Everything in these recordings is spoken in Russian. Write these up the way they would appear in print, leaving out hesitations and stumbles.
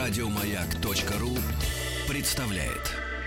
Радиомаяк.ру представляет.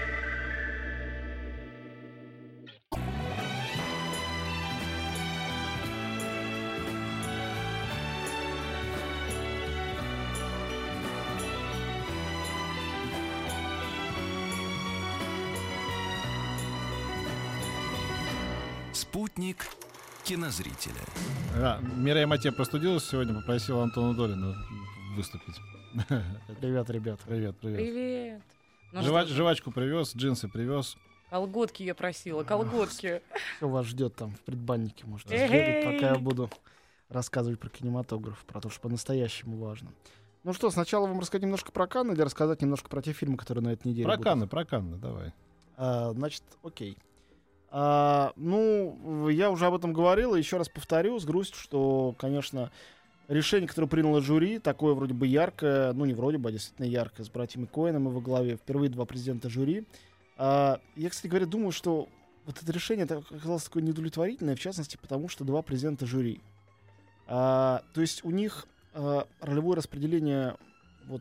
Спутник кинозрителя. Мирей Матье простудилась сегодня, попросила Антона Долина выступить. Привет, ребят. Привет. Привет. Жвачку привез, джинсы привез. Колготки я просила, колготки. Все вас ждет там в предбаннике, можете сбегать, пока я буду рассказывать про кинематограф, про то, что по-настоящему важно. Ну что, сначала вам рассказать немножко про Канны или рассказать немножко про те фильмы, которые на этой неделе будут? Про Канны, давай. Значит, окей. Ну, я уже об этом говорил, и еще раз повторю с грустью, что, конечно, решение, которое приняло жюри, такое вроде бы яркое, ну не вроде бы, а действительно яркое, с братьями Коэнами во главе, впервые 2 президента жюри. Я, кстати говоря, думаю, что вот это решение оказалось такое неудовлетворительное, в частности, потому что 2 президента жюри. То есть у них ролевое распределение вот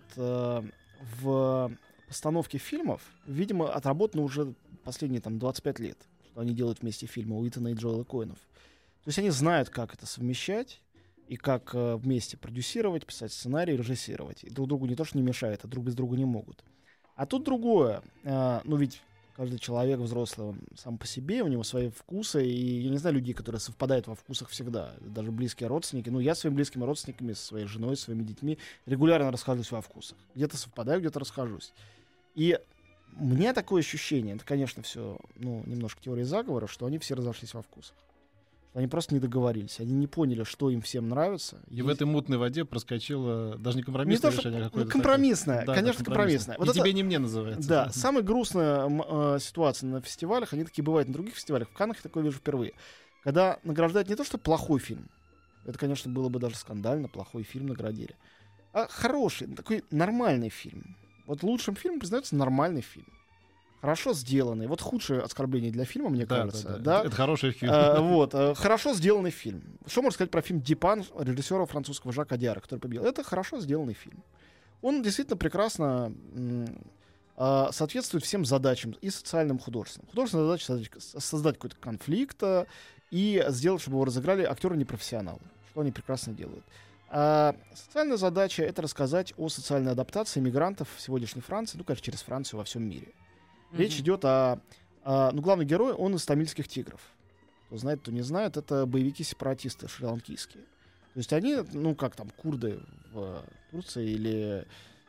в постановке фильмов, видимо, отработано уже последние там 25 лет. Они делают вместе фильмы Уитона и Джоэла Коэнов. То есть они знают, как это совмещать и как вместе продюсировать, писать сценарий, режиссировать. И друг другу не то, что не мешает, а друг без друга не могут. А тут другое. Ну ведь каждый человек взрослый, он сам по себе, у него свои вкусы. И я не знаю людей, которые совпадают во вкусах всегда. Даже близкие родственники. Ну я с своими близкими родственниками, со своей женой, со своими детьми регулярно расхожусь во вкусах. Где-то совпадаю, где-то расхожусь. И у меня такое ощущение, это, конечно, все, ну, немножко теория заговора, что они все разошлись во вкусах. Что они просто не договорились. Они не поняли, что им всем нравится. И в этой мутной воде проскочило даже не компромиссное не решение, а какое-то... Компромиссное, такое. конечно, Да, компромиссное. Вот тебе, не мне называется. Да, самая грустная ситуация на фестивалях, они такие бывают на других фестивалях, в Каннах я такое вижу впервые. Когда награждают не то, что плохой фильм, это, конечно, было бы даже скандально, плохой фильм наградили, а хороший, такой нормальный фильм. Вот лучшим фильмом признается нормальный фильм. Хорошо сделанный. Вот худшее оскорбление для фильма, мне кажется. Да. Это хороший фильм. Хорошо сделанный фильм. Что можно сказать про фильм «Дипан» режиссера французского Жака Диара, который победил? Это хорошо сделанный фильм. Он действительно прекрасно соответствует всем задачам и социальным, художественным. Художественная задача создать какой-то конфликт и сделать, чтобы его разыграли актеры-непрофессионалы. Что они прекрасно делают. Социальная задача — это рассказать о социальной адаптации мигрантов в сегодняшней Франции, ну, конечно, через Францию во всем мире. Речь идет ну, главный герой, он из тамильских тигров. Кто знает, кто не знает, это боевики-сепаратисты шри-ланкийские. То есть они, ну, как там, курды в Турции или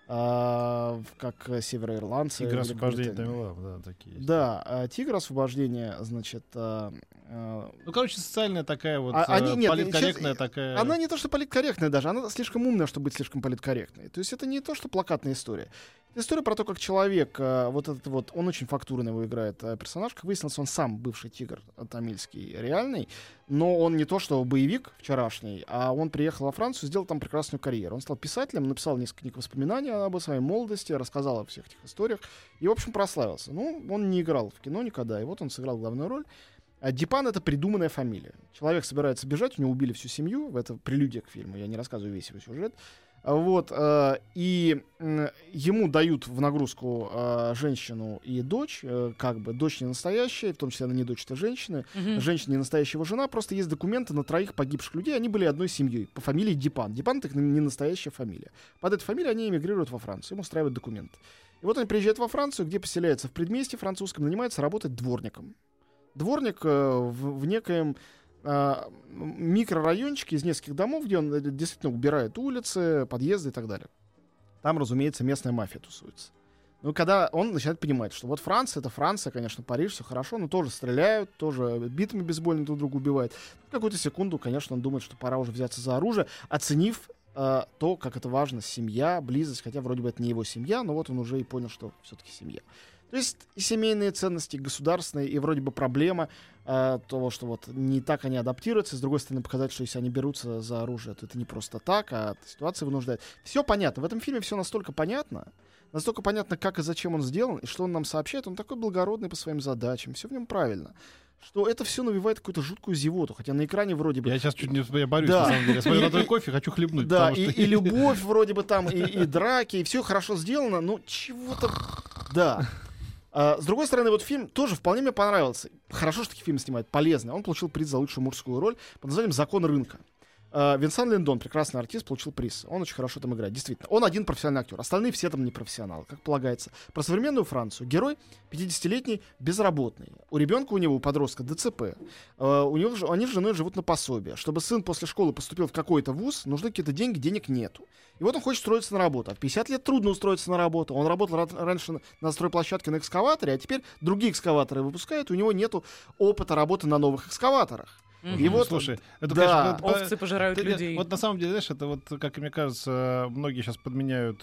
как североирландцы. Тигр освобождения Тамила, да, такие. Да, тигр освобождения, значит... ну, короче, социальная такая вот, политкорректная такая... Она не то, что политкорректная даже, она слишком умная, чтобы быть слишком политкорректной. То есть это не то, что плакатная история. Это история про то, как человек, вот этот вот, он очень фактурно его играет персонаж, как выяснилось, он сам бывший тигр тамильский, реальный, но он не то, что боевик вчерашний, а он приехал во Францию, сделал там прекрасную карьеру. Он стал писателем, написал несколько книг воспоминаний об своей молодости, рассказал о всех этих историях и, в общем, прославился. Ну, он не играл в кино никогда, и вот он сыграл главную роль. Дипан — это придуманная фамилия. Человек собирается бежать, у него убили всю семью, это прелюдия к фильму, я не рассказываю весь его сюжет. Вот, и ему дают в нагрузку женщину и дочь, как бы дочь не настоящая, в том числе она не дочь этой женщины, женщина не настоящая его жена, просто есть документы на 3 погибших людей, они были одной семьей по фамилии Дипан. Дипан — это не настоящая фамилия. Под этой фамилией они эмигрируют во Францию, им устраивают документы. И вот они приезжают во Францию, где поселяются в предместье французском, нанимаются работать дворником. Дворник в некоем микрорайончике из нескольких домов, где он действительно убирает улицы, подъезды и так далее. Там, разумеется, местная мафия тусуется. Ну, когда он начинает понимать, что вот Франция, это Франция, конечно, Париж, все хорошо, но тоже стреляют, тоже битами бейсбольными друг друга убивают. В какую-то секунду, конечно, он думает, что пора уже взяться за оружие, оценив то, как это важно, семья, близость, хотя вроде бы это не его семья, но вот он уже и понял, что все-таки семья. То есть и семейные ценности, и государственные, и вроде бы проблема того, что вот не так они адаптируются, с другой стороны показать, что если они берутся за оружие, то это не просто так, а ситуация вынуждает. Все понятно, в этом фильме все настолько понятно, как и зачем он сделан, и что он нам сообщает, он такой благородный по своим задачам, все в нем правильно, что это все навевает какую-то жуткую зевоту, хотя на экране вроде бы... Я сейчас чуть не я борюсь, Да. на самом деле. Я смотрю на твой кофе, хочу хлебнуть. Да, потому что- и любовь вроде бы там, и драки, и все хорошо сделано, но чего-то... Да. С другой стороны, вот фильм тоже вполне мне понравился. Хорошо, что такие фильмы снимают, полезный. Он получил приз за лучшую мужскую роль под названием «Закон рынка». Винсан Линдон, прекрасный артист, получил приз. Он очень хорошо там играет. Действительно, он один профессиональный актер. Остальные все там не профессионалы, как полагается. Про современную Францию. Герой 50-летний, безработный. У ребенка у него, у подростка, ДЦП. Они с женой живут на пособие. Чтобы сын после школы поступил в какой-то вуз, нужны какие-то деньги, денег нету. И вот он хочет устроиться на работу. А в 50 лет трудно устроиться на работу. Он работал раньше на стройплощадке на экскаваторе, а теперь другие экскаваторы выпускают, у него нету опыта работы на новых экскаваторах. И вот, слушай, это, да. конечно, Овцы пожирают людей. Вот на самом деле, знаешь, это вот, как мне кажется, многие сейчас подменяют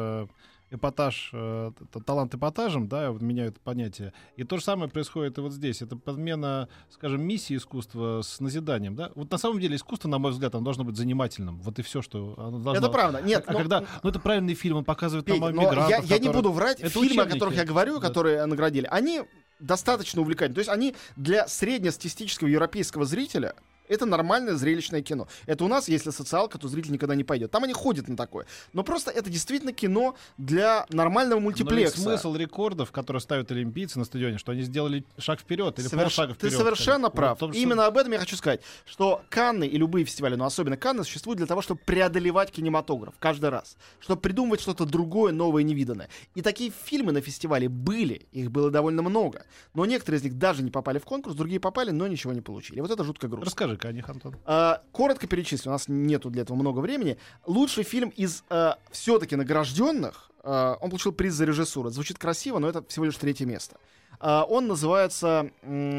эпатаж, талант эпатажем, да, вот меняют понятие. И то же самое происходит и вот здесь. Это подмена, скажем, миссии искусства с назиданием, да. Вот на самом деле искусство, на мой взгляд, оно должно быть занимательным. Вот и все, что оно должно... Это правда. Нет, А когда... Ну, это правильный фильм, он показывает нам мигрантов, я не буду врать. Это Фильмы, о учебники. которых я говорю, Да. которые наградили, они достаточно увлекательны. То есть они для среднестатистического европейского зрителя это нормальное зрелищное кино. Это у нас, если социалка, то зритель никогда не пойдет. Там они ходят на такое. Но просто это действительно кино для нормального Но ведь мультиплекса. смысл рекордов, которые ставят олимпийцы на стадионе, что они сделали шаг вперед или полшага Ты вперед. совершенно прав. Вот в том, что- Именно об этом я хочу сказать, что Канны и любые фестивали, но особенно Канны, существуют для того, чтобы преодолевать кинематограф каждый раз, чтобы придумывать что-то другое, новое, невиданное. И такие фильмы на фестивале были, их было довольно много. Но некоторые из них даже не попали в конкурс, другие попали, но ничего не получили. Вот это жутко грустно. Расскажи-ка о них, Антон. Коротко перечислю, у нас нету для этого много времени. Лучший фильм из все-таки награжденных, он получил приз за режиссуру. Звучит красиво, но это всего лишь 3-е место. Он называется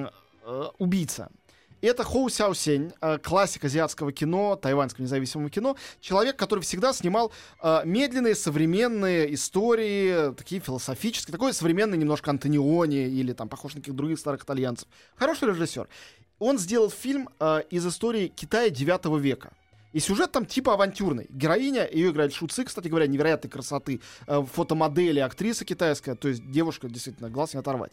«Убийца». Это Хоу Сяо Сень, классик азиатского кино, тайваньского независимого кино. Человек, который всегда снимал медленные, современные истории, такие философические, такой современный немножко Антониони или там похож на каких-то других старых итальянцев. Хороший режиссер. Он сделал фильм из истории Китая 9 века. И сюжет там типа авантюрный. Героиня, ее играет Шу Ци, кстати говоря, невероятной красоты. Фотомодели, актриса китайская, то есть девушка, действительно, глаз не оторвать.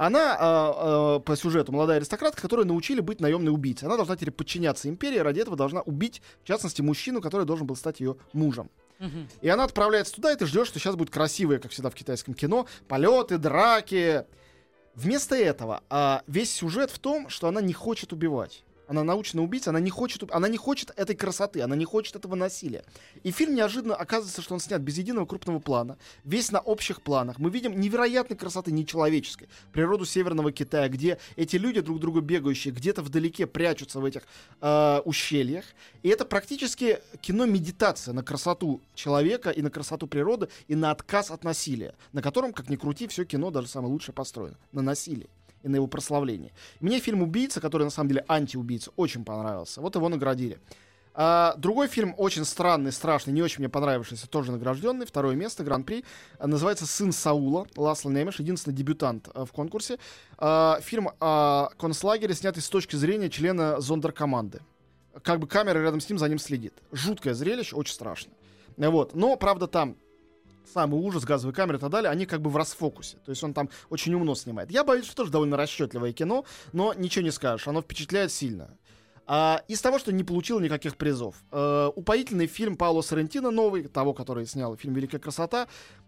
Она по сюжету молодая аристократка, которую научили быть наемной убийцей. Она должна теперь подчиняться империи, ради этого должна убить, в частности, мужчину, который должен был стать ее мужем. И она отправляется туда, и ты ждешь, что сейчас будет красивое, как всегда в китайском кино, полеты, драки. Вместо этого весь сюжет в том, что она не хочет убивать. Она научная убийца, она не хочет этой красоты, она не хочет этого насилия. И фильм неожиданно оказывается, что он снят без единого крупного плана, весь на общих планах. Мы видим невероятной красоты нечеловеческой, природу Северного Китая, где эти люди друг друга бегающие, где-то вдалеке прячутся в этих ущельях. И это практически кино-медитация на красоту человека и на красоту природы, и на отказ от насилия, на котором, как ни крути, все кино, даже самое лучшее, построено. На насилии и на его прославлении. Мне фильм «Убийца», который на самом деле антиубийца, очень понравился. Вот его наградили. Другой фильм очень странный, страшный, не очень мне понравившийся, тоже награжденный, 2-е место, гран-при, называется «Сын Саула», Ласло Немеш, единственный дебютант в конкурсе. Фильм о концлагере, снятый с точки зрения члена зондеркоманды. Как бы камера рядом с ним за ним следит. Жуткое зрелище, очень страшно. Вот. Но, правда, там самый ужас, газовые камеры и так далее, они как бы в расфокусе. То есть он там очень умно снимает. Я боюсь, что тоже довольно расчетливое кино, но ничего не скажешь. Оно впечатляет сильно. Из того, что не получил никаких призов. Упоительный фильм Паоло Соррентино новый, того, который снял фильм «Великая красота».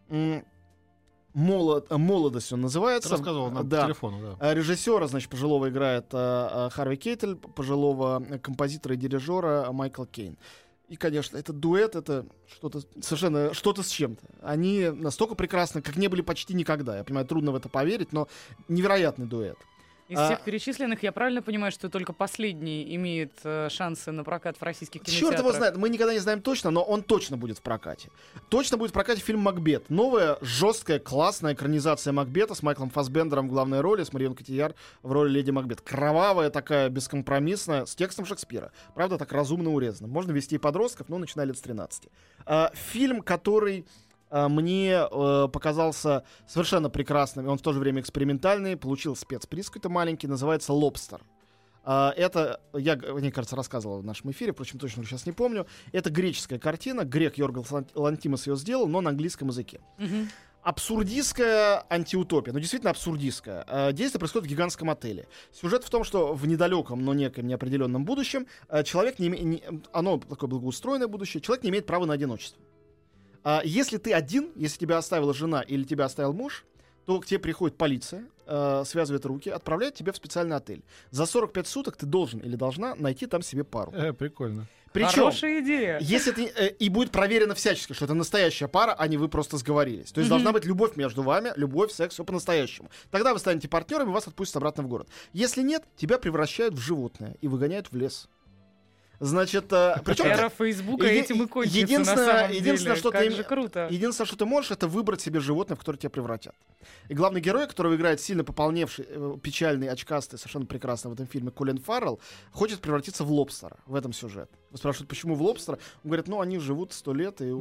«Молодость» он называется. Ты рассказывал по телефону, да. Режиссера, значит, пожилого играет Харви Кейтель, пожилого композитора и дирижера Майкл Кейн. И, конечно, этот дуэт, это что-то совершенно что-то с чем-то. Они настолько прекрасны, как не были почти никогда. Я понимаю, трудно в это поверить, но невероятный дуэт. Из всех перечисленных, я правильно понимаю, что только последний имеет шансы на прокат в российских кинотеатрах? Черт его знает, мы никогда не знаем точно, но он точно будет в прокате. Точно будет в прокате фильм «Макбет». Новая, жесткая, классная экранизация Макбета с Майклом Фассбендером в главной роли, с Марион Котийяр в роли леди Макбет. Кровавая такая, бескомпромиссная, с текстом Шекспира. Правда, так разумно урезано. Можно вести и подростков, но начиная лет с 13. Фильм, который мне показался совершенно прекрасным, и он в то же время экспериментальный, получил спецприз какой-то маленький, называется «Лобстер». Это, мне кажется, рассказывал в нашем эфире, впрочем, точно сейчас не помню. Это греческая картина, грек Йоргос Лантимос ее сделал, но на английском языке. абсурдистская антиутопия, ну действительно абсурдистская. Действие происходит в гигантском отеле. Сюжет в том, что в недалеком, но неком неопределенном будущем человек оно такое благоустроенное будущее, человек не имеет права на одиночество. Если ты один, если тебя оставила жена или тебя оставил муж, то к тебе приходит полиция, связывает руки, отправляет тебя в специальный отель. За 45 суток ты должен или должна найти там себе пару. Прикольно. Причем, Хорошая идея. если ты, и будет проверено всячески, что это настоящая пара, а не вы просто сговорились. То есть должна быть любовь между вами, любовь, секс, все по-настоящему. Тогда вы станете партнерами, вас отпустят обратно в город. Если нет, тебя превращают в животное и выгоняют в лес. Значит, причем Эра Фейсбука этим и кончится на самом деле. Что как ты, же круто. единственное, что ты можешь, это выбрать себе животное, в которое тебя превратят. И главный герой, которого играет сильно пополневший, печальный, очкастый, совершенно прекрасный в этом фильме Колин Фаррелл, хочет превратиться в лобстера в этом сюжете. Вы спрашивают, почему в лобстера? Он говорит, они живут 100 лет и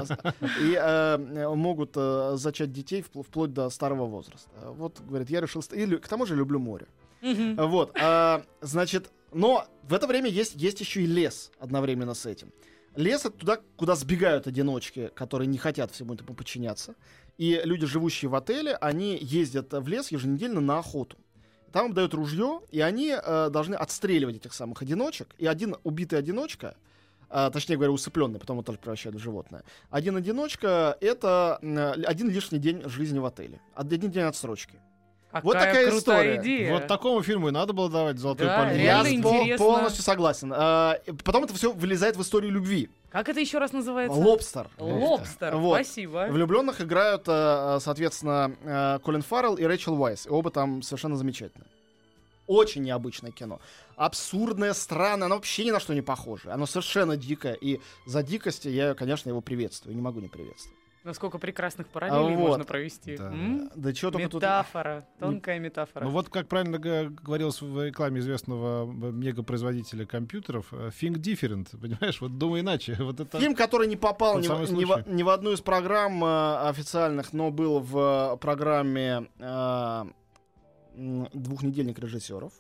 могут зачать детей вплоть до старого возраста. Вот, говорит, я решил... И к тому же люблю море. Вот, значит... Но в это время есть еще и лес одновременно с этим. Лес — это туда, куда сбегают одиночки, которые не хотят всему этому подчиняться. И люди, живущие в отеле, они ездят в лес еженедельно на охоту. Там им дают ружье, и они должны отстреливать этих самых одиночек. И один убитый одиночка, точнее говоря, усыпленный, потом его тоже превращают в животное. Один одиночка — это один лишний день жизни в отеле. Один день отсрочки. Вот такая крутая история. идея. Вот такому фильму и надо было давать золотую Да, пальму. Я реально интересно. полностью согласен. Потом это все вылезает в историю любви. Как это еще раз называется? Лобстер. Лобстер. Вот. Спасибо. Влюбленных играют, соответственно, Колин Фаррелл и Рэйчел Уайс. И оба там совершенно замечательные. Очень необычное кино. Абсурдное, странное, оно вообще ни на что не похоже. Оно совершенно дикое. И за дикость я, конечно, его приветствую. Не могу не приветствовать. Насколько прекрасных параллелей Вот. можно провести. Да. Да чего только тут... Метафора. Тонкая метафора. Ну вот как правильно говорилось в рекламе известного мегапроизводителя компьютеров, think different, понимаешь? Вот думай иначе. Вот это... Фильм, который не попал Тот самый случай. ни в одну из программ официальных, но был в программе «Двухнедельник режиссеров».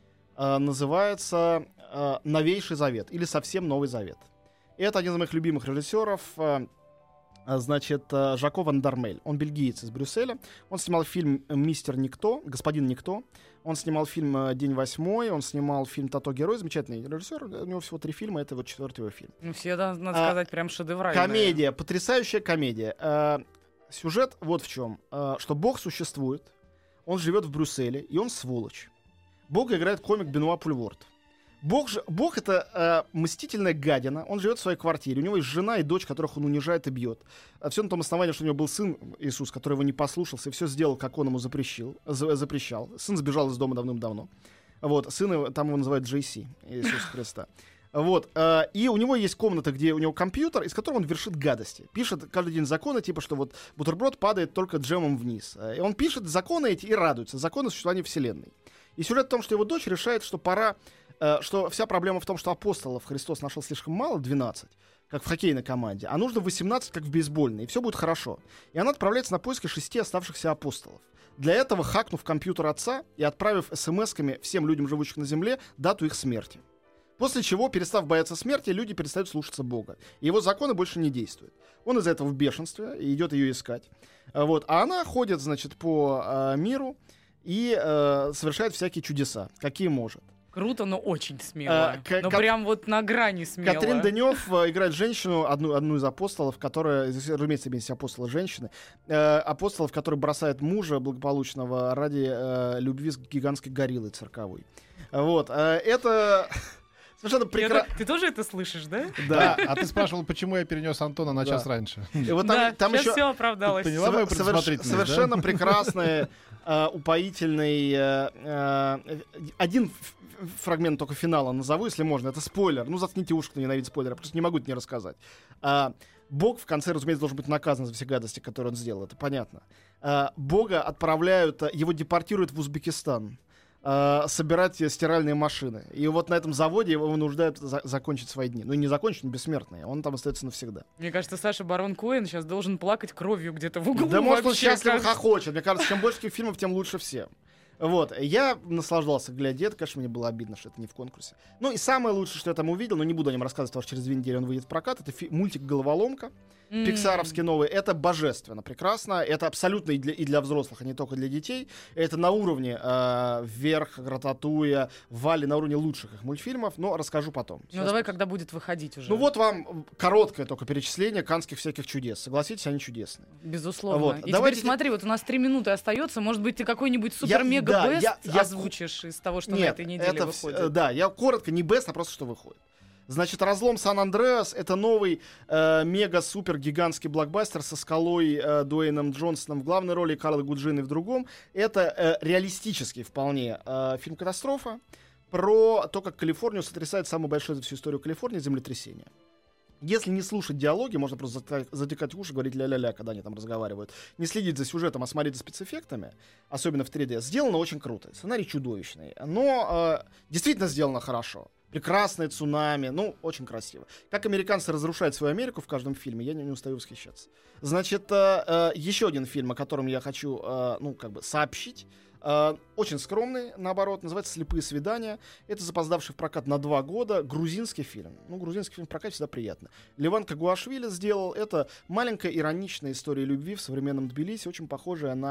Называется «Новейший завет» или «Совсем новый завет». Это один из моих любимых режиссеров, значит, Жако Ван Дармель. Он бельгиец из Брюсселя. Он снимал фильм «Мистер Никто», «Господин Никто». Он снимал фильм «День восьмой». Он снимал фильм «Тато Герой». Замечательный режиссер. У него всего 3 фильма. Это вот 4-й его фильм. Ну, все, надо сказать, прям шедевральные. Комедия. Потрясающая комедия. Сюжет вот в чем. Что Бог существует. Он живет в Брюсселе. И он сволочь. Бога играет комик Бенуа Пульворд. Бог это мстительная гадина. Он живет в своей квартире. У него есть жена и дочь, которых он унижает и бьет. Все на том основании, что у него был сын Иисус, который его не послушался и все сделал, как он ему запрещал. Сын сбежал из дома давным-давно. Вот, сын, там его называют JC, Иисус Христа. Вот, и у него есть комната, где у него компьютер, из которого он вершит гадости. Пишет каждый день законы, типа, что вот бутерброд падает только джемом вниз. И он пишет законы эти и радуется. Законы существования Вселенной. И сюжет в том, что его дочь решает, что пора, что вся проблема в том, что апостолов Христос нашел слишком мало, 12, как в хоккейной команде, а нужно 18, как в бейсбольной, и все будет хорошо. И она отправляется на поиски 6 оставшихся апостолов. Для этого, хакнув компьютер отца и отправив смс-ками всем людям, живущих на земле, дату их смерти. После чего, перестав бояться смерти, люди перестают слушаться Бога. И его законы больше не действуют. Он из-за этого в бешенстве и идет ее искать. Вот. А она ходит, значит, по миру и совершает всякие чудеса, какие может. Круто, но очень смело. Прям вот на грани смело. Катрин Денёв играет женщину, одну из апостолов, которая, разумеется, есть апостолы женщины, апостолов, которые бросают мужа благополучного ради любви с гигантской гориллой цирковой. Вот. Это... Совершенно прекрасно. Ты тоже это слышишь, да? Да. А ты спрашивал, почему я перенес Антона на час раньше. И вот да, там сейчас еще все оправдалось. Поняла мою предусмотрительность, совершенно да? прекрасный, упоительный... Один фрагмент только финала назову, если можно. Это спойлер. Ну, заткните уши, кто ненавидит спойлеры. Просто не могу это не рассказать. Бог в конце, разумеется, должен быть наказан за все гадости, которые он сделал. Это понятно. Бога отправляют, его депортируют в Узбекистан. Собирать стиральные машины. И вот на этом заводе его вынуждают закончить свои дни. Ну, не закончить, он бессмертный. Он там остается навсегда. Мне кажется, Саша Барон Коэн сейчас должен плакать кровью где-то в углу. Да, может, он вообще, счастливо хохочет. Мне кажется, чем больше таких фильмов, тем лучше всем. Вот, я наслаждался, глядя это, конечно, мне было обидно, что это не в конкурсе. Ну и самое лучшее, что я там увидел, но не буду о нем рассказывать, потому что через 2 недели он выйдет в прокат, это мультик «Головоломка». Пиксаровский новый. Это божественно, прекрасно. Это абсолютно и для взрослых, а не только для детей. Это на уровне «Вверх», «Рататуя», «Валли», на уровне лучших их мультфильмов, но расскажу потом. Ну давай, когда будет выходить уже. Ну вот вам короткое только перечисление канских всяких чудес. Согласитесь, они чудесные. Безусловно. Вот. И Давайте теперь смотри, вот у нас 3 минуты остается. Может быть, ты какой-нибудь супер-мега-бест озвучишь из того, что на этой неделе выходит? Да, я коротко, не бест, а просто что выходит. Значит, «Разлом Сан-Андреас» — это новый мега-супер-гигантский блокбастер со Скалой, Дуэйном Джонсоном в главной роли, Карлой Гуджиной в другом. Это реалистический вполне фильм-катастрофа про то, как Калифорнию сотрясает самое большое за всю историю Калифорнии землетрясение. Если не слушать диалоги, можно просто затекать уши, говорить ля-ля-ля, когда они там разговаривают. Не следить за сюжетом, а смотреть за спецэффектами, особенно в 3D. Сделано очень круто. Сценарий чудовищный. Но действительно сделано хорошо. Прекрасное цунами, ну, очень красиво. Как американцы разрушают свою Америку в каждом фильме, я не устаю восхищаться. Значит, еще один фильм, о котором я хочу, сообщить. Очень скромный, наоборот, называется «Слепые свидания». Это запоздавший в прокат на 2 года грузинский фильм. Ну, грузинский фильм в прокате всегда приятно. Леван Кагуашвили сделал. Это маленькая ироничная история любви в современном Тбилиси, очень похожая на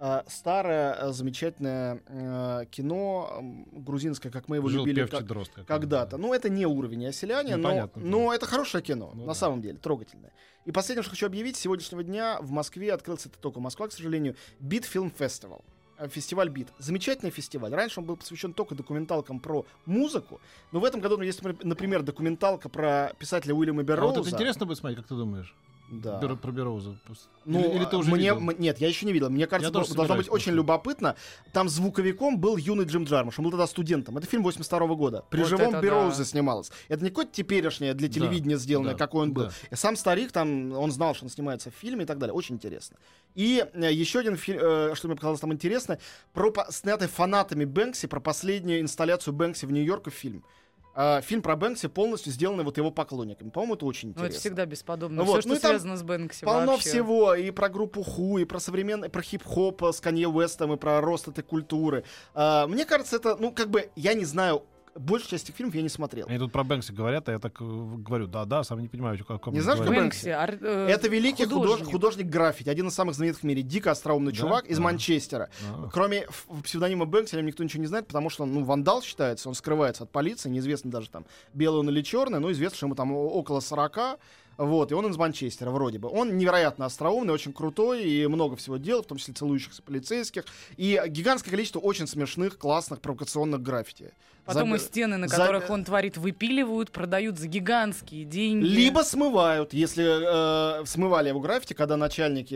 старое, замечательное кино грузинское, как мы его любили когда-то. Ну, это не уровень «Оселяне», но это хорошее кино, на самом деле, трогательное. И последнее, что хочу объявить, с сегодняшнего дня в Москве открылся, это только Москва, к сожалению, Beat Film Festival. Фестиваль «Бит». Замечательный фестиваль. Раньше он был посвящен только документалкам про музыку, но в этом году есть, например, документалка про писателя Уильяма Берроуза. А вот это интересно будет смотреть, как ты думаешь? Да. Про Берроуза. Ну, или ты уже видел? Нет, я еще не видел. Мне кажется, должно быть очень любопытно. Там звуковиком был юный Джим Джармуш. Он был тогда студентом. Это фильм 82 года. При живом Берроузе снималось. Это не какое-то теперешнее для телевидения сделанное, какой он был. И сам старик, там, он знал, что он снимается в фильме и так далее. Очень интересно. И еще один фильм, что мне показалось там интересно, снятый фанатами Бэнкси, про последнюю инсталляцию Бэнкси в Нью-Йорке фильм. Фильм про Бэнкси полностью сделанный вот его поклонниками. По-моему, это очень интересно. Ну, это всегда бесподобно. Вот. Все, что связано с Бэнкси полно вообще. всего. И про группу Ху, и про современный, про хип-хоп с Канье Уэстом, и про рост этой культуры. Мне кажется, это, я не знаю, большую часть этих фильмов я не смотрел. Они тут про Бэнкси говорят, а я так говорю, да, сам не понимаю, о ком не знаешь, что Бэнкси? Это великий художник граффити, один из самых знаменитых в мире, дико остроумный чувак из Манчестера. Кроме псевдонима Бэнкси, о нем никто ничего не знает, потому что он вандал считается, он скрывается от полиции, неизвестно даже там, белый он или черный, но известно, что ему там около 40. Вот, и он из Манчестера, вроде бы. Он невероятно остроумный, очень крутой, и много всего делает, в том числе целующихся полицейских. И гигантское количество очень смешных, классных, провокационных граффити. Потом и стены, на которых он творит, выпиливают, продают за гигантские деньги. Либо смывают, если смывали его граффити, когда начальники,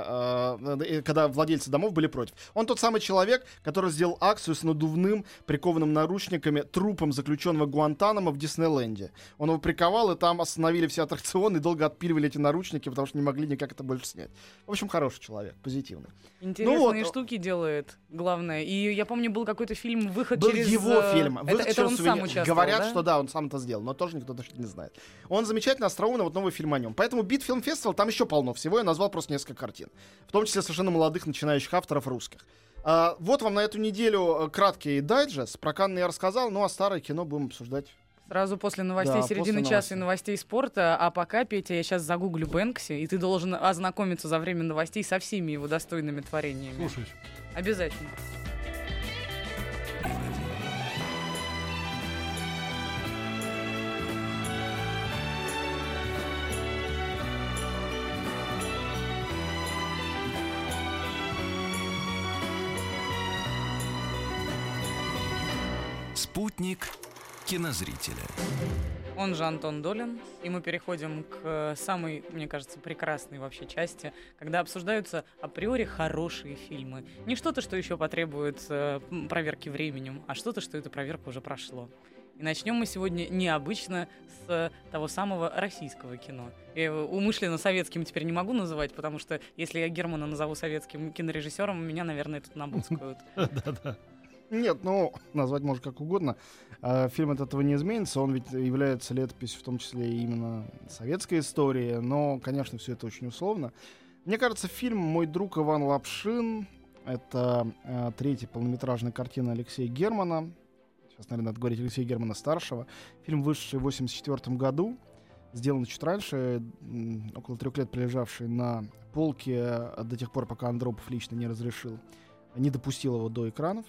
когда владельцы домов были против. Он тот самый человек, который сделал акцию с надувным, прикованным наручниками, трупом заключенного Гуантанамо в Диснейленде. Он его приковал, и там остановили все аттракционы, и долго отпиливали эти наручники, потому что не могли никак это больше снять. В общем, хороший человек, позитивный. Интересные штуки делает, главное. И я помню, был какой-то фильм «Выход был через...» его фильм. Это он сам участвовал, говорят, да? что да, он сам это сделал, но тоже никто даже не знает. Он замечательно остроумный, вот новый фильм о нем. Поэтому Beat Film Festival, там еще полно всего, я назвал просто несколько картин. В том числе совершенно молодых начинающих авторов русских. Вот вам на эту неделю краткий дайджест. Про Канны я рассказал, ну а старое кино будем обсуждать. Сразу после новостей середины часа и новостей спорта. А пока, Петя, я сейчас загуглю Бэнкси, и ты должен ознакомиться за время новостей со всеми его достойными творениями. Слушай. Обязательно. Спутник кинозрителя. Он же Антон Долин, и мы переходим к самой, мне кажется, прекрасной вообще части, когда обсуждаются априори хорошие фильмы. Не что-то, что еще потребует проверки временем, а что-то, что эта проверка уже прошло. И начнем мы сегодня необычно с того самого российского кино. Я его умышленно советским теперь не могу называть, потому что если я Германа назову советским кинорежиссером, меня, наверное, тут набуцкают. Да-да. Нет, назвать можно как угодно. Фильм от этого не изменится. Он ведь является летописью, в том числе именно советской истории. Но, конечно, все это очень условно. Мне кажется, фильм «Мой друг Иван Лапшин» Это третья полнометражная картина Алексея Германа. Сейчас, наверное, надо говорить Алексея Германа-старшего. Фильм, вышедший в 1984 году. Сделан чуть раньше, около 3 лет пролежавший на полке до тех пор, пока Андропов лично не разрешил, не допустил его до экранов.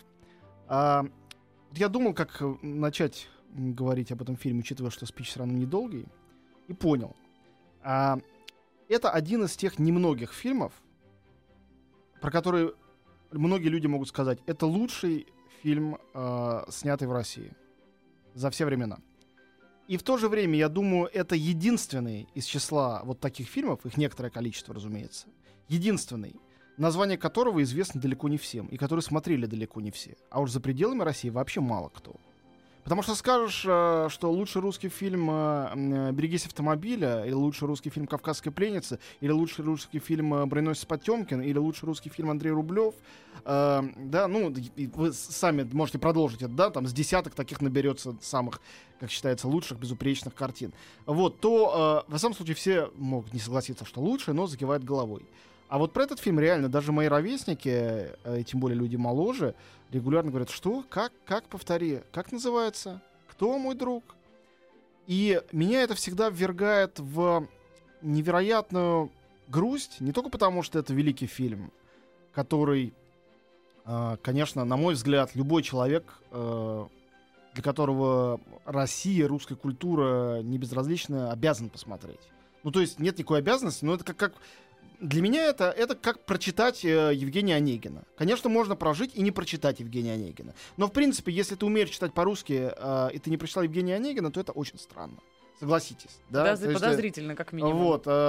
Я думал, как начать говорить об этом фильме, учитывая, что спич все равно недолгий, и понял. Это один из тех немногих фильмов, про которые многие люди могут сказать, это лучший фильм, снятый в России за все времена. И в то же время, я думаю, это единственный из числа вот таких фильмов, их некоторое количество, разумеется, единственный, название которого известно далеко не всем, и который смотрели далеко не все. А уж за пределами России вообще мало кто. Потому что скажешь, что лучший русский фильм «Берегись автомобиля», или лучший русский фильм «Кавказская пленница», или лучший русский фильм «Броненосец Потемкин», или лучший русский фильм Андрей Рублев, да, ну, вы сами можете продолжить это, да, там с десяток таких наберется самых, как считается, лучших, безупречных картин. Вот, то, в самом случае, все могут не согласиться, что лучше, но закивают головой. А вот про этот фильм реально даже мои ровесники, и тем более люди моложе, регулярно говорят, что, как, повтори, как называется, кто мой друг? И меня это всегда ввергает в невероятную грусть, не только потому, что это великий фильм, который, конечно, на мой взгляд, любой человек, для которого Россия, русская культура не безразлична, обязан посмотреть. Ну, то есть нет никакой обязанности, но это как для меня это как прочитать Евгения Онегина. Конечно, можно прожить и не прочитать Евгения Онегина. Но, в принципе, если ты умеешь читать по-русски, и ты не прочитал Евгения Онегина, то это очень странно. Согласитесь. Да? Подозрительно, как минимум.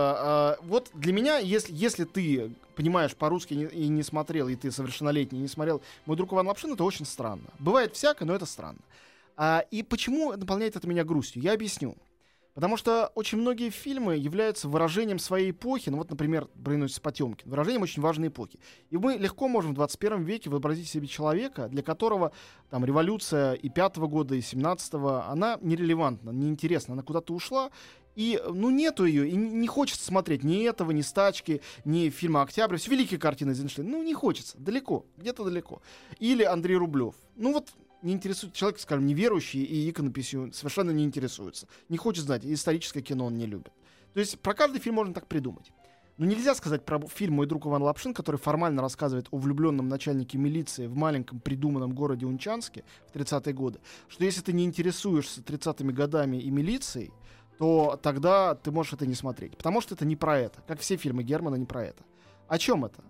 Вот для меня, если ты понимаешь по-русски и не смотрел, и ты совершеннолетний и не смотрел «Мой друг Иван Лапшин», это очень странно. Бывает всякое, но это странно. И почему наполняет это меня грустью? Я объясню. Потому что очень многие фильмы являются выражением своей эпохи. Ну вот, например, «Броненосец Потемкин». Выражением очень важной эпохи. И мы легко можем в 21 веке вообразить себе человека, для которого там революция и 5-го года, и 17-го, она нерелевантна, неинтересна. Она куда-то ушла, и ну нету ее, и не хочется смотреть ни этого, ни «Стачки», ни фильма «Октябрь». Все великие картины Эйзенштейна. Ну не хочется, далеко, где-то далеко. Или Андрей Рублев. Ну вот не интересует человек, скажем, неверующий и иконописью совершенно не интересуется. Не хочет знать, историческое кино он не любит. То есть про каждый фильм можно так придумать. Но нельзя сказать про фильм «Мой друг Иван Лапшин», который формально рассказывает о влюбленном начальнике милиции в маленьком придуманном городе Унчанске в 30-е годы, что если ты не интересуешься 30-ми годами и милицией, то тогда ты можешь это не смотреть. Потому что это не про это. Как все фильмы Германа, не про это. О чем это?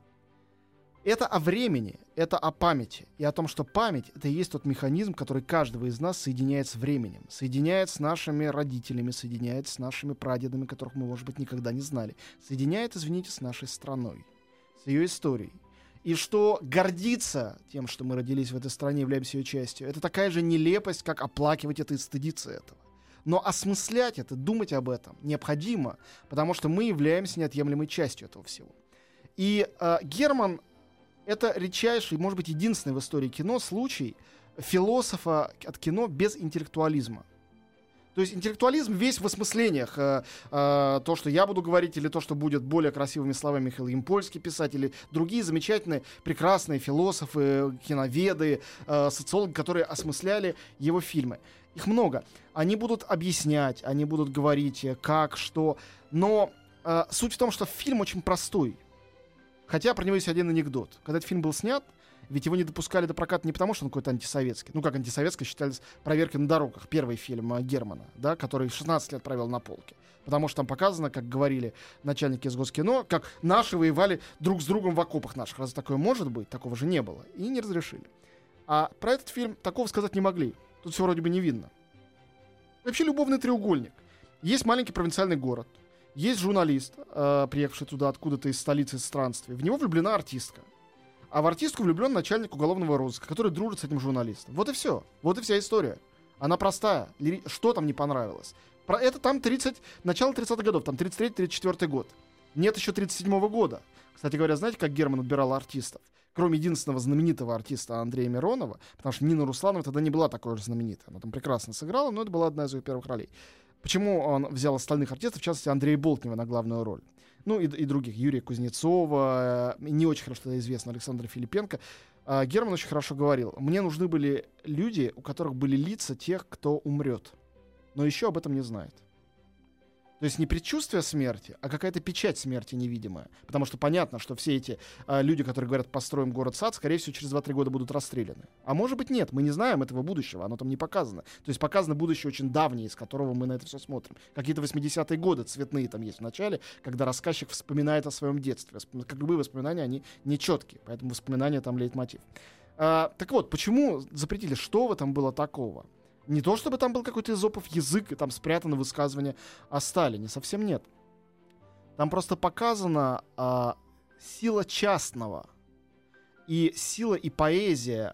Это о времени, это о памяти. И о том, что память — это и есть тот механизм, который каждого из нас соединяет с временем. Соединяет с нашими родителями, соединяет с нашими прадедами, которых мы, может быть, никогда не знали. Соединяет, извините, с нашей страной, с ее историей. И что гордиться тем, что мы родились в этой стране, являемся ее частью, это такая же нелепость, как оплакивать это и стыдиться этого. Но осмыслять это, думать об этом необходимо, потому что мы являемся неотъемлемой частью этого всего. И Герман — это редчайший, может быть, единственный в истории кино случай философа от кино без интеллектуализма. То есть интеллектуализм весь в осмыслениях. То, что я буду говорить, или то, что будет более красивыми словами Михаил Ямпольский писать, или другие замечательные, прекрасные философы, киноведы, социологи, которые осмысляли его фильмы. Их много. Они будут объяснять, они будут говорить, как, что. Но суть в том, что фильм очень простой. Хотя про него есть один анекдот. Когда этот фильм был снят, ведь его не допускали до проката не потому, что он какой-то антисоветский. Ну, как антисоветский считались «Проверки на дорогах», первый фильм Германа, да, который 16 лет провел на полке. Потому что там показано, как говорили начальники из Госкино, как наши воевали друг с другом в окопах наших. Разве такое может быть? Такого же не было. И не разрешили. А про этот фильм такого сказать не могли. Тут все вроде бы не видно. Вообще любовный треугольник. Есть маленький провинциальный город. Есть журналист, приехавший туда откуда-то из столицы странствий. В него влюблена артистка. А в артистку влюблен начальник уголовного розыска, который дружит с этим журналистом. Вот и все. Вот и вся история. Она простая. Что там не понравилось? Это там начало 30-х годов. Там 33-34 год. Нет еще 37-го года. Кстати говоря, знаете, как Герман отбирал артистов? Кроме единственного знаменитого артиста Андрея Миронова, потому что Нина Русланова тогда не была такой же знаменитой. Она там прекрасно сыграла, но это была одна из ее первых ролей. Почему он взял остальных артистов, в частности, Андрея Болтнева на главную роль? ну и других, Юрия Кузнецова, не очень хорошо известно Александра Филипенко. Герман очень хорошо говорил: мне нужны были люди, у которых были лица тех, кто умрет, но еще об этом не знает. То есть не предчувствие смерти, а какая-то печать смерти невидимая. Потому что понятно, что все эти люди, которые говорят «построим город-сад», скорее всего, через 2-3 года будут расстреляны. А может быть нет, мы не знаем этого будущего, оно там не показано. То есть показано будущее очень давнее, из которого мы на это все смотрим. Какие-то 80-е годы цветные там есть в начале, когда рассказчик вспоминает о своем детстве. Как любые воспоминания, они нечеткие, поэтому воспоминания там лейтмотив. Так вот, почему запретили? Что в этом было такого? Не то, чтобы там был какой-то эзопов язык, и там спрятано высказывание о Сталине. Совсем нет. Там просто показана сила частного. И сила и поэзия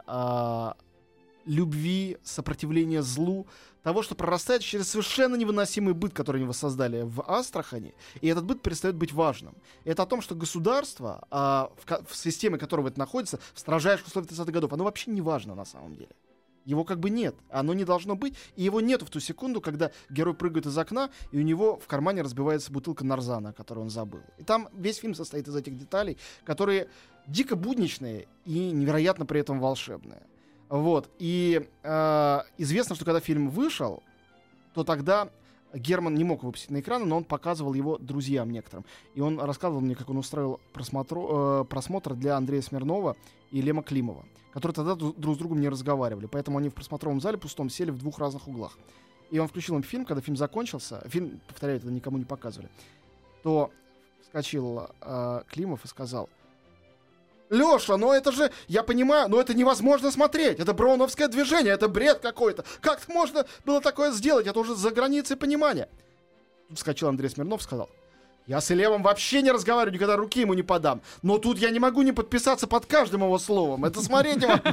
любви, сопротивления злу, того, что прорастает через совершенно невыносимый быт, который они воссоздали в Астрахани, и этот быт перестает быть важным. И это о том, что государство, в системе которого это находится, в строжайших условиях 30-х годов, оно вообще не важно на самом деле. Его как бы нет, оно не должно быть, и его нету в ту секунду, когда герой прыгает из окна, и у него в кармане разбивается бутылка нарзана, которую он забыл. И там весь фильм состоит из этих деталей, которые дико будничные и невероятно при этом волшебные. Вот. И известно, что когда фильм вышел, то тогда Герман не мог выпустить на экраны, но он показывал его друзьям некоторым. И он рассказывал мне, как он устроил просмотр для Андрея Смирнова и Лема Климова, которые тогда друг с другом не разговаривали. Поэтому они в просмотровом зале пустом сели в 2 разных углах. И он включил им фильм, когда фильм закончился, фильм, повторяю, это никому не показывали, то вскочил Климов и сказал: Лёша, ну это же, я понимаю, но это невозможно смотреть. Это броуновское движение, это бред какой-то. Как можно было такое сделать? Это уже за границей понимания. Тут вскочил Андрей Смирнов и сказал: я с Левом вообще не разговариваю, никогда руки ему не подам. Но тут я не могу не подписаться под каждым его словом. Это смотрите вам.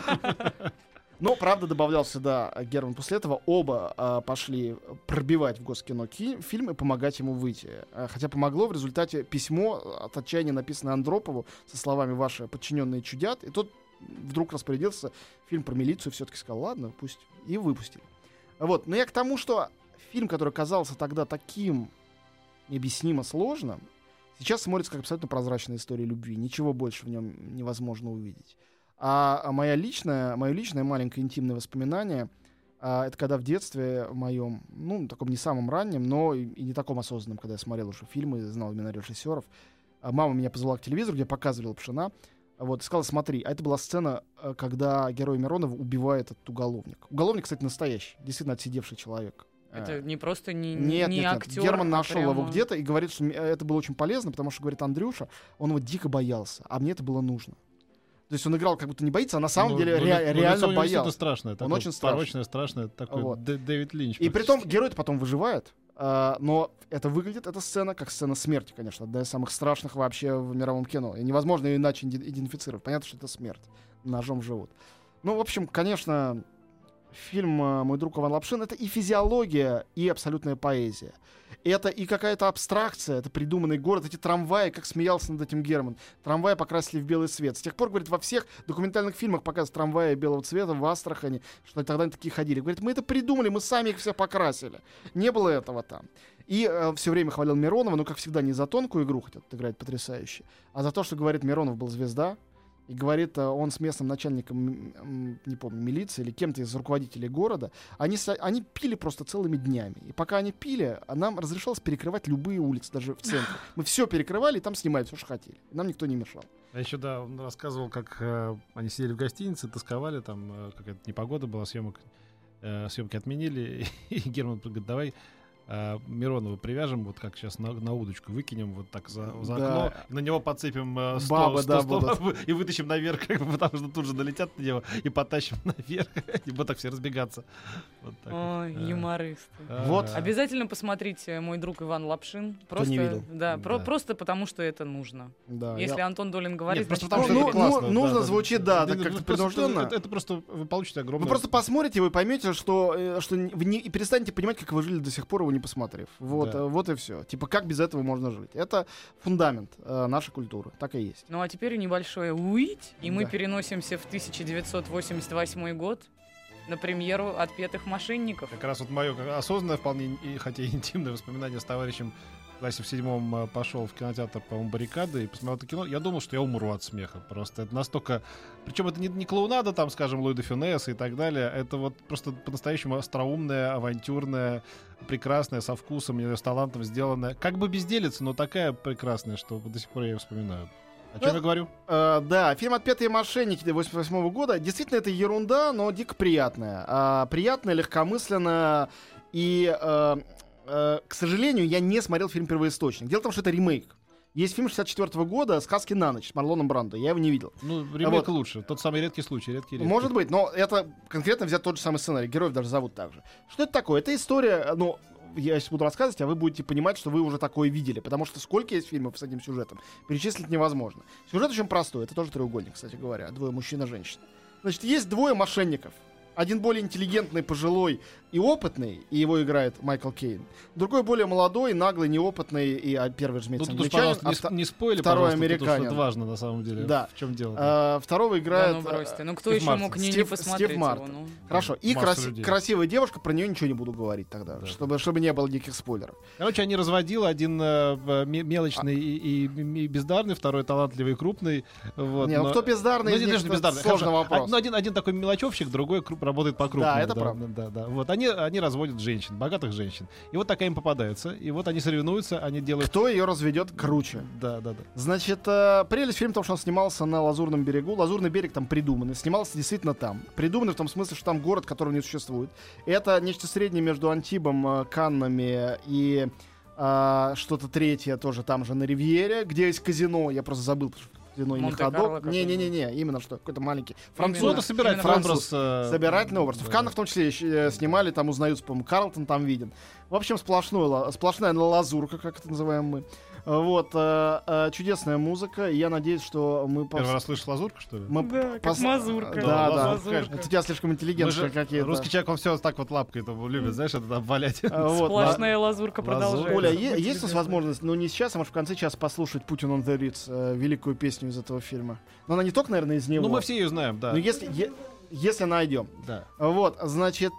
Но, правда, добавлялся сюда Герман после этого. Оба пошли пробивать в Госкино фильм и помогать ему выйти. Хотя помогло в результате письмо от отчаяния, написанное Андропову со словами «Ваши подчиненные чудят». И тот вдруг распорядился фильм про милицию, все-таки сказал: ладно, пусть. И выпустили. Вот. Но я к тому, что фильм, который казался тогда таким необъяснимо сложным, сейчас смотрится как абсолютно прозрачная история любви. Ничего больше в нем невозможно увидеть. А мое личное маленькое интимное воспоминание, это когда в детстве моем, ну, таком не самом раннем, но и не таком осознанном, когда я смотрел уже фильмы, знал имена режиссеров, мама меня позвала к телевизору, где показывали «Лапшина», вот, и сказала: смотри. А это была сцена, когда герой Миронова убивает этот уголовник. Уголовник, кстати, настоящий, действительно отсидевший человек. Это не просто не актер. Герман нашел прямо... его где-то и говорит, что это было очень полезно, потому что, говорит, Андрюша, он его дико боялся, а мне это было нужно. То есть он играл, как будто не боится, а на самом деле реально боялся. Это страшное. Он очень страшное, такой вот. Дэвид Линч. И притом герой-то потом выживает, но это выглядит, эта сцена, как сцена смерти, конечно. Одна из самых страшных вообще в мировом кино. И невозможно ее иначе идентифицировать. Понятно, что это смерть. Ножом в живот. Ну, в общем, конечно, фильм «Мой друг Иван Лапшин» — это и физиология, и абсолютная поэзия. Это и какая-то абстракция, это придуманный город, эти трамваи, как смеялся над этим Герман. Трамваи покрасили в белый цвет. С тех пор, говорит, во всех документальных фильмах показывают трамваи белого цвета в Астрахани, что тогда они такие ходили. Говорит, мы это придумали, мы сами их все покрасили. Не было этого там. И все время хвалил Миронова, но, как всегда, не за тонкую игру, хотя это играет потрясающе, а за то, что, говорит, Миронов был звезда. И говорит, он с местным начальником, не помню, милиции или кем-то из руководителей города, они пили просто целыми днями. И пока они пили, нам разрешалось перекрывать любые улицы, даже в центре. Мы все перекрывали, и там снимали все, что хотели. И нам никто не мешал. А еще, да, он рассказывал, как они сидели в гостинице, тосковали, там какая-то непогода была, съемки отменили, и Герман говорит: давай Миронова привяжем, вот как сейчас на удочку выкинем, вот так за окно, на него подцепим стол и вытащим наверх, потому что тут же долетят на него и потащим наверх, и будут так все разбегаться. Вот так. Ой, юмористы. Вот. Обязательно посмотрите «Мой друг Иван Лапшин». Кто не видел. Да, просто потому, что это нужно. Да, если Антон Долин говорит, просто значит, потому, что это классно. Нужно звучит, да, так как-то принужденно. Это просто вы получите огромное... Вы просто посмотрите, вы поймете, что и перестанете понимать, как вы жили до сих пор, его не посмотрев. Вот и все. Типа, как без этого можно жить? Это фундамент нашей культуры. Так и есть. Ну а теперь небольшое уить, и мы переносимся в 1988 год на премьеру «Отпетых мошенников». Как раз вот мое осознанное, вполне, хотя и интимное воспоминание с товарищем классе в 7 пошел в кинотеатр, по-моему, «Баррикады» и посмотрел это кино, я думал, что я умру от смеха. Просто это настолько... Причем это не клоунада, там, скажем, Луи де Фюнеса и так далее. Это вот просто по-настоящему остроумная, авантюрная, прекрасная, со вкусом, с талантом сделанная. Как бы безделица, но такая прекрасная, что до сих пор я ее вспоминаю. О чем я говорю? Да, фильм «Отпетые мошенники» 88 года. Действительно, это ерунда, но дико приятная. Приятная, легкомысленная. И, к сожалению, я не смотрел фильм «Первоисточник». Дело в том, что это ремейк. Есть фильм 64 года «Сказки на ночь» с Марлоном Брандо. Я его не видел. Ну, ремейк лучше. Тот самый редкий случай. Редкий. Может быть, но это конкретно взять тот же самый сценарий. Героев даже зовут так же. Что это такое? Это история, ну, я сейчас буду рассказывать, а вы будете понимать, что вы уже такое видели. Потому что сколько есть фильмов с этим сюжетом, перечислить невозможно. Сюжет очень простой. Это тоже треугольник, кстати говоря. Двое мужчин и женщина. Значит, есть двое мошенников. Один более интеллигентный, пожилой и опытный, и его играет Майкл Кейн. Другой более молодой, наглый, неопытный, и первый, разумеется, англичанин, не спойли, второй американин. Это важно, на самом деле. Да. В чем дело? Второго играет... Да, ну бросьте. Ну кто Стив еще Мартин. мог не посмотреть Стив его? Мартин. Ну. Хорошо. И людей. красивая девушка, про нее ничего не буду говорить тогда, Да. чтобы не было никаких спойлеров. Короче, они разводил. Один мелочный и бездарный, второй талантливый и крупный. Вот, Не, ну кто бездарный, Ну, из не них, то, что это бездарный. сложный Хорошо. вопрос. Ну, один такой мелочевщик, другой работает по-крупному. Да, это правда. Да. Вот они разводят женщин, богатых женщин. И вот такая им попадается. И вот они соревнуются, они делают... Кто ее разведет круче? Да. Значит, прелесть фильма в том, что он снимался на Лазурном берегу. Лазурный берег там придуманный. Снимался действительно там. Придуманный в том смысле, что там город, которого не существует. Это нечто среднее между Антибом, Каннами и что-то третье тоже там же на Ривьере, где есть казино. Я просто забыл, потому что казино и не Монте-Карло ходок. Не, именно что. Какой-то маленький. Ну, Француз. это собирательный француз. образ. Собирательный образ. В Каннах в том числе снимали, там узнаются, по-моему, Карлтон там виден. В общем, сплошная лазурка, как это называем мы. Вот, чудесная музыка, и я надеюсь, что мы... Первый раз слышишь лазурку, что ли? Да, как мазурка. Да. Лазурка. Это у тебя слишком интеллигентные какие-то. Русский человек, он все так вот лапкой любит, знаешь, это обвалять. Вот, Сплошная лазурка продолжается. Оля, есть у нас возможность, ну не сейчас, а может в конце часа послушать «Путин on the Ritz», великую песню из этого фильма? Но она не только, наверное, из него. Ну, мы все ее знаем, да. Но если найдем. Да. Вот, значит,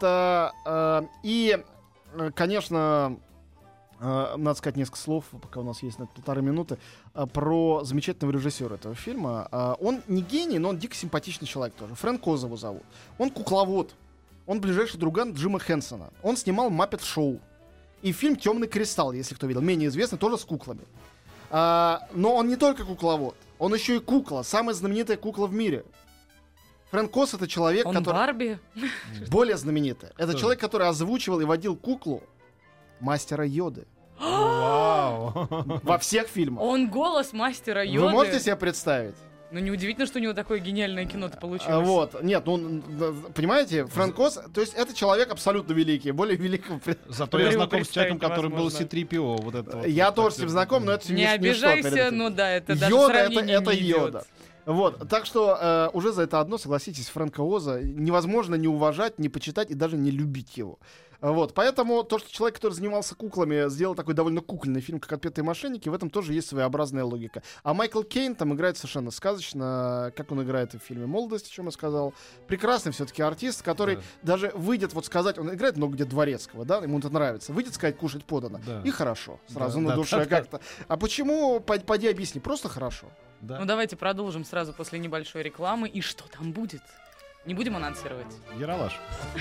конечно... Надо сказать несколько слов, пока у нас есть на это 1,5 минуты, про замечательного режиссера этого фильма. Он не гений, но он дико симпатичный человек тоже. Фрэнк Оз его зовут. Он кукловод. Он ближайший друган Джима Хэнсона. Он снимал «Маппет Шоу». И фильм «Темный кристалл», если кто видел, менее известный, тоже с куклами. Но он не только кукловод. Он еще и кукла. Самая знаменитая кукла в мире. Фрэнк Оз — это человек, Он который... Барби? Более знаменитый. Это Кто? человек, который озвучивал и водил куклу мастера Йоды. Вау. Во всех фильмах. Он голос мастера Йоды. Вы можете себе представить? Ну, неудивительно, что у него такое гениальное кино-то получилось. Вот. Нет, понимаете, Фрэнк Оз, то есть это человек абсолютно великий, более великого... Зато я знаком с представить человеком, который был невозможно. C-3PO. Вот это вот. Я тоже с ним знаком, но это Не обижайся, но ну да, это даже Йода сравнение это не идет. Йода. Вот, так что уже за это одно, согласитесь, Фрэнка Оза невозможно не уважать, не почитать и даже не любить его. Вот, поэтому то, что человек, который занимался куклами, сделал такой довольно кукольный фильм, как «Отпетые мошенники», в этом тоже есть своеобразная логика. А Майкл Кейн там играет совершенно сказочно, как он играет в фильме «Молодость», о чем я сказал. Прекрасный все-таки артист, который даже выйдет вот сказать, он играет много где Дворецкого, да, ему это нравится, выйдет сказать «кушать подано», и хорошо, сразу на душе как-то. А почему, поди объясни, просто хорошо. Да. Ну давайте продолжим сразу после небольшой рекламы. И что там будет? Не будем анонсировать. Ералаш.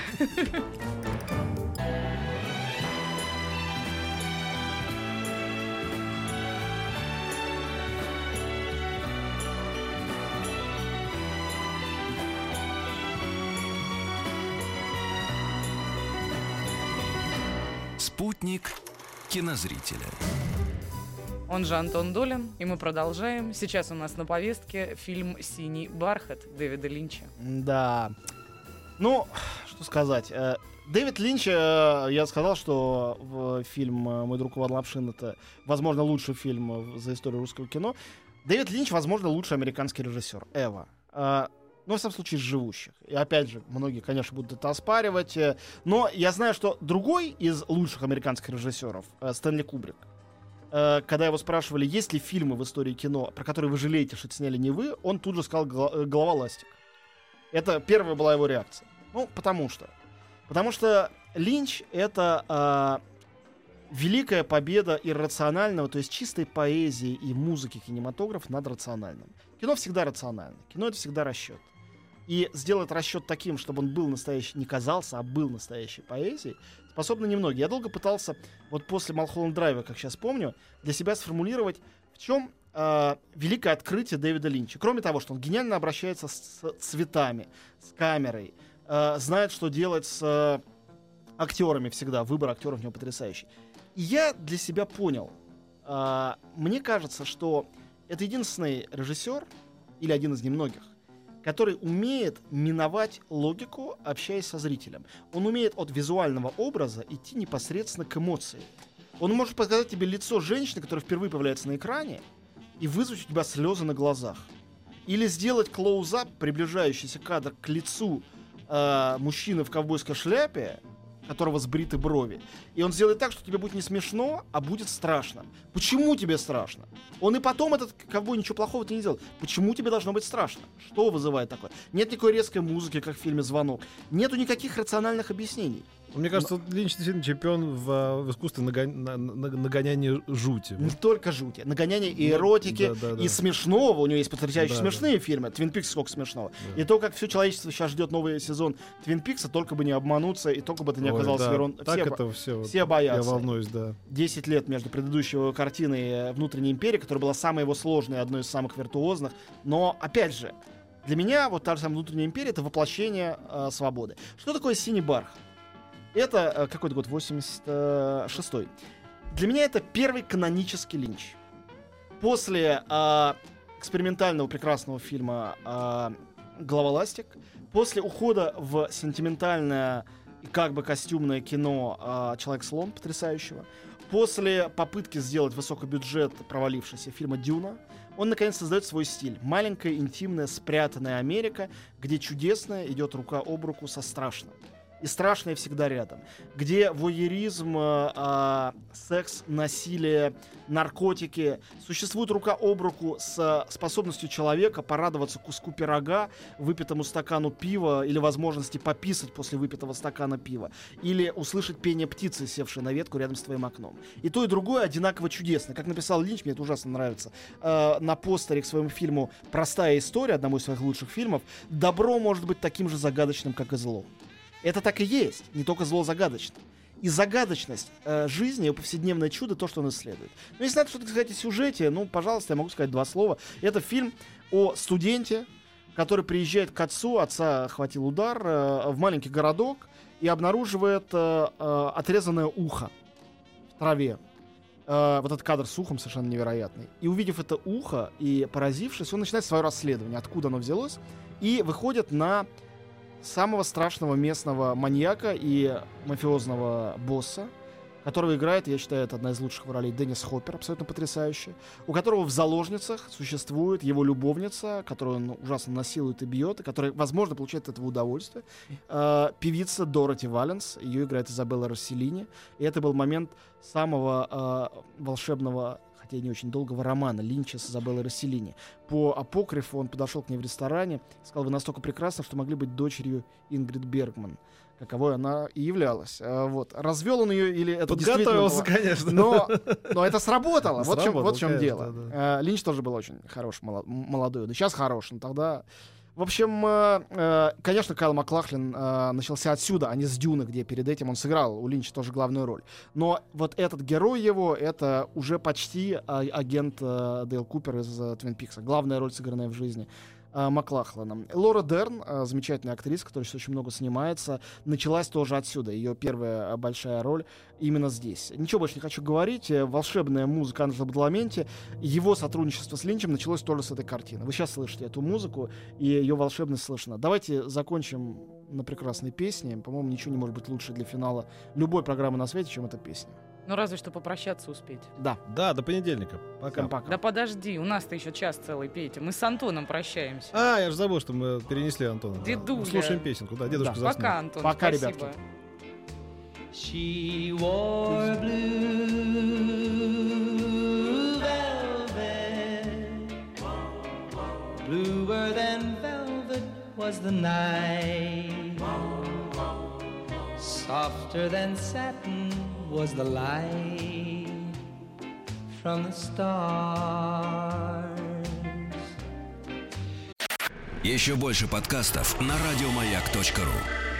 Спутник кинозрителя. Он же Антон Долин, и мы продолжаем. Сейчас у нас на повестке фильм «Синий бархат» Дэвида Линча. Да. Ну, что сказать. Дэвид Линч, я сказал, что фильм «Мой друг Иван Лапшин» — это, возможно, лучший фильм за историю русского кино. Дэвид Линч, возможно, лучший американский режиссер. Эва. Ну, в самом случае, из живущих. И опять же, многие, конечно, будут это оспаривать. Но я знаю, что другой из лучших американских режиссеров, Стэнли Кубрик, когда его спрашивали, есть ли фильмы в истории кино, про которые вы жалеете, что это сняли не вы, он тут же сказал «Голова ластик». Это первая была его реакция. Ну, потому что Линч — это великая победа иррационального, то есть чистой поэзии и музыки кинематографа над рациональным. Кино всегда рационально. Кино — это всегда расчет. И сделать расчет таким, чтобы он был настоящий, не казался, а был настоящей поэзией, способны немногие. Я долго пытался, вот после Малхолланд Драйва, как сейчас помню, для себя сформулировать, в чем великое открытие Дэвида Линча. Кроме того, что он гениально обращается с цветами, с камерой, знает, что делать с актерами всегда. Выбор актеров у него потрясающий. И я для себя понял, мне кажется, что это единственный режиссер, или один из немногих, который умеет миновать логику, общаясь со зрителем. Он умеет от визуального образа идти непосредственно к эмоции. Он может показать тебе лицо женщины, которая впервые появляется на экране, и вызвать у тебя слезы на глазах. Или сделать клоузап, приближающийся кадр к лицу мужчины в ковбойской шляпе, которого сбриты брови. И он сделает так, что тебе будет не смешно, а будет страшно. Почему тебе страшно? Он и потом, этот ковбой, ничего плохого тебе не делает. Почему тебе должно быть страшно? Что вызывает такое? Нет никакой резкой музыки, как в фильме «Звонок». Нету никаких рациональных объяснений. Мне кажется, Линч действительно чемпион в искусстве нагоняния жути. Не только жути. Нагоняния и эротики, и смешного. У него есть потрясающе смешные фильмы. «Твин Пикс» сколько смешного. И то, как все человечество сейчас ждет новый сезон «Твин Пикса», только бы не обмануться, и только бы это не оказалось верон. Так это все. Все боятся. Я волнуюсь, да. 10 лет между предыдущей картиной «Внутренняя империя», которая была самой его сложной, одной из самых виртуозных. Но, опять же, для меня вот та же самая «Внутренняя империя» — это воплощение свободы. Что такое «Синий бархат»? Это какой-то год, 86-й. Для меня это первый канонический Линч. После экспериментального прекрасного фильма «Голова ластик», после ухода в сентиментальное и как бы костюмное кино «Человек-слон» потрясающего, после попытки сделать высокий бюджет провалившегося фильма «Дюна», он, наконец, создает свой стиль. Маленькая, интимная, спрятанная Америка, где чудесное идет рука об руку со страшным. И страшное всегда рядом. Где воеризм, секс, насилие, наркотики существуют рука об руку с способностью человека порадоваться куску пирога, выпитому стакану пива, или возможности пописать после выпитого стакана пива, или услышать пение птицы, севшей на ветку рядом с твоим окном. И то, и другое одинаково чудесно. Как написал Линч, мне это ужасно нравится, на постере к своему фильму «Простая история», одному из своих лучших фильмов, добро может быть таким же загадочным, как и зло. Это так и есть, не только зло загадочно. И загадочность жизни, ее повседневное чудо, то, что он исследует. Но если надо что-то сказать о сюжете, ну, пожалуйста, я могу сказать два слова. Это фильм о студенте, который приезжает к отцу, отца хватил удар, в маленький городок и обнаруживает отрезанное ухо в траве. Вот этот кадр с ухом совершенно невероятный. И увидев это ухо и поразившись, он начинает свое расследование, откуда оно взялось, и выходит на самого страшного местного маньяка и мафиозного босса, которого играет, я считаю, это одна из лучших ролей, Деннис Хоппер, абсолютно потрясающий, у которого в заложницах существует его любовница, которую он ужасно насилует и бьет, и которая, возможно, получает от этого удовольствие. Певица Дороти Валенс, ее играет Изабелла Росселлини, и это был момент самого волшебного, хотя и не очень долгого, романа Линча с Изабеллой Росселлини. По апокрифу он подошел к ней в ресторане, сказал: «Вы настолько прекрасны, что могли быть дочерью Ингрид Бергман», каковой она и являлась. Вот. Развел он ее или это подготовился, конечно. Но это сработало. Вот в чем дело. Да. Lynch тоже был очень хорош, молодой. Да сейчас хорош, но тогда... В общем, конечно, Кайл Маклахлин начался отсюда, а не с «Дюны», где перед этим он сыграл у Линча тоже главную роль. Но вот этот герой его, это уже почти агент Дейл Купер из «Твин Пикса». Главная роль, сыгранная в жизни Маклахланом. Лора Дерн, замечательная актриса, которая сейчас очень много снимается, началась тоже отсюда. Ее первая большая роль именно здесь. Ничего больше не хочу говорить. Волшебная музыка Анджело Бадаламенти. Его сотрудничество с Линчем началось тоже с этой картины. Вы сейчас слышите эту музыку, и ее волшебность слышна. Давайте закончим на прекрасной песне. По-моему, ничего не может быть лучше для финала любой программы на свете, чем эта песня. Ну, разве что попрощаться успеть. Да. Да, до понедельника. Пока. Пока. Да подожди, у нас-то еще час целый, Петя. Мы с Антоном прощаемся. Я же забыл, что мы перенесли Антона. Дедуля. Слушаем песенку. Да, дедушка заснул. Пока, Антон. Пока, спасибо. ребятки. She wore blue velvet, bluer than velvet was the night, softer than satin was the light from the stars. Еще больше подкастов на радиомаяк.ру.